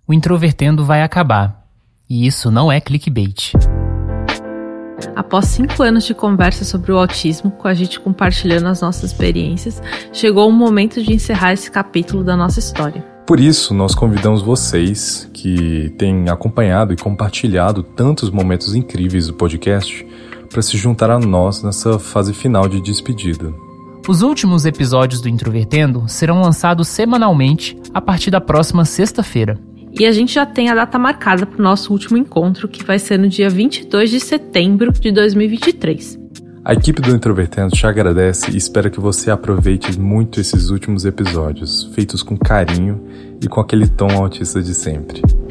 o Introvertendo vai acabar. E isso não é clickbait. Após 5 anos de conversa sobre o autismo, com a gente compartilhando as nossas experiências, chegou o momento de encerrar esse capítulo da nossa história. Por isso, nós convidamos vocês que têm acompanhado e compartilhado tantos momentos incríveis do podcast para se juntar a nós nessa fase final de despedida. Os últimos episódios do Introvertendo serão lançados semanalmente a partir da próxima sexta-feira. E a gente já tem a data marcada para o nosso último encontro, que vai ser no dia 22 de setembro de 2023. A equipe do Introvertendo te agradece e espera que você aproveite muito esses últimos episódios, feitos com carinho e com aquele tom autista de sempre.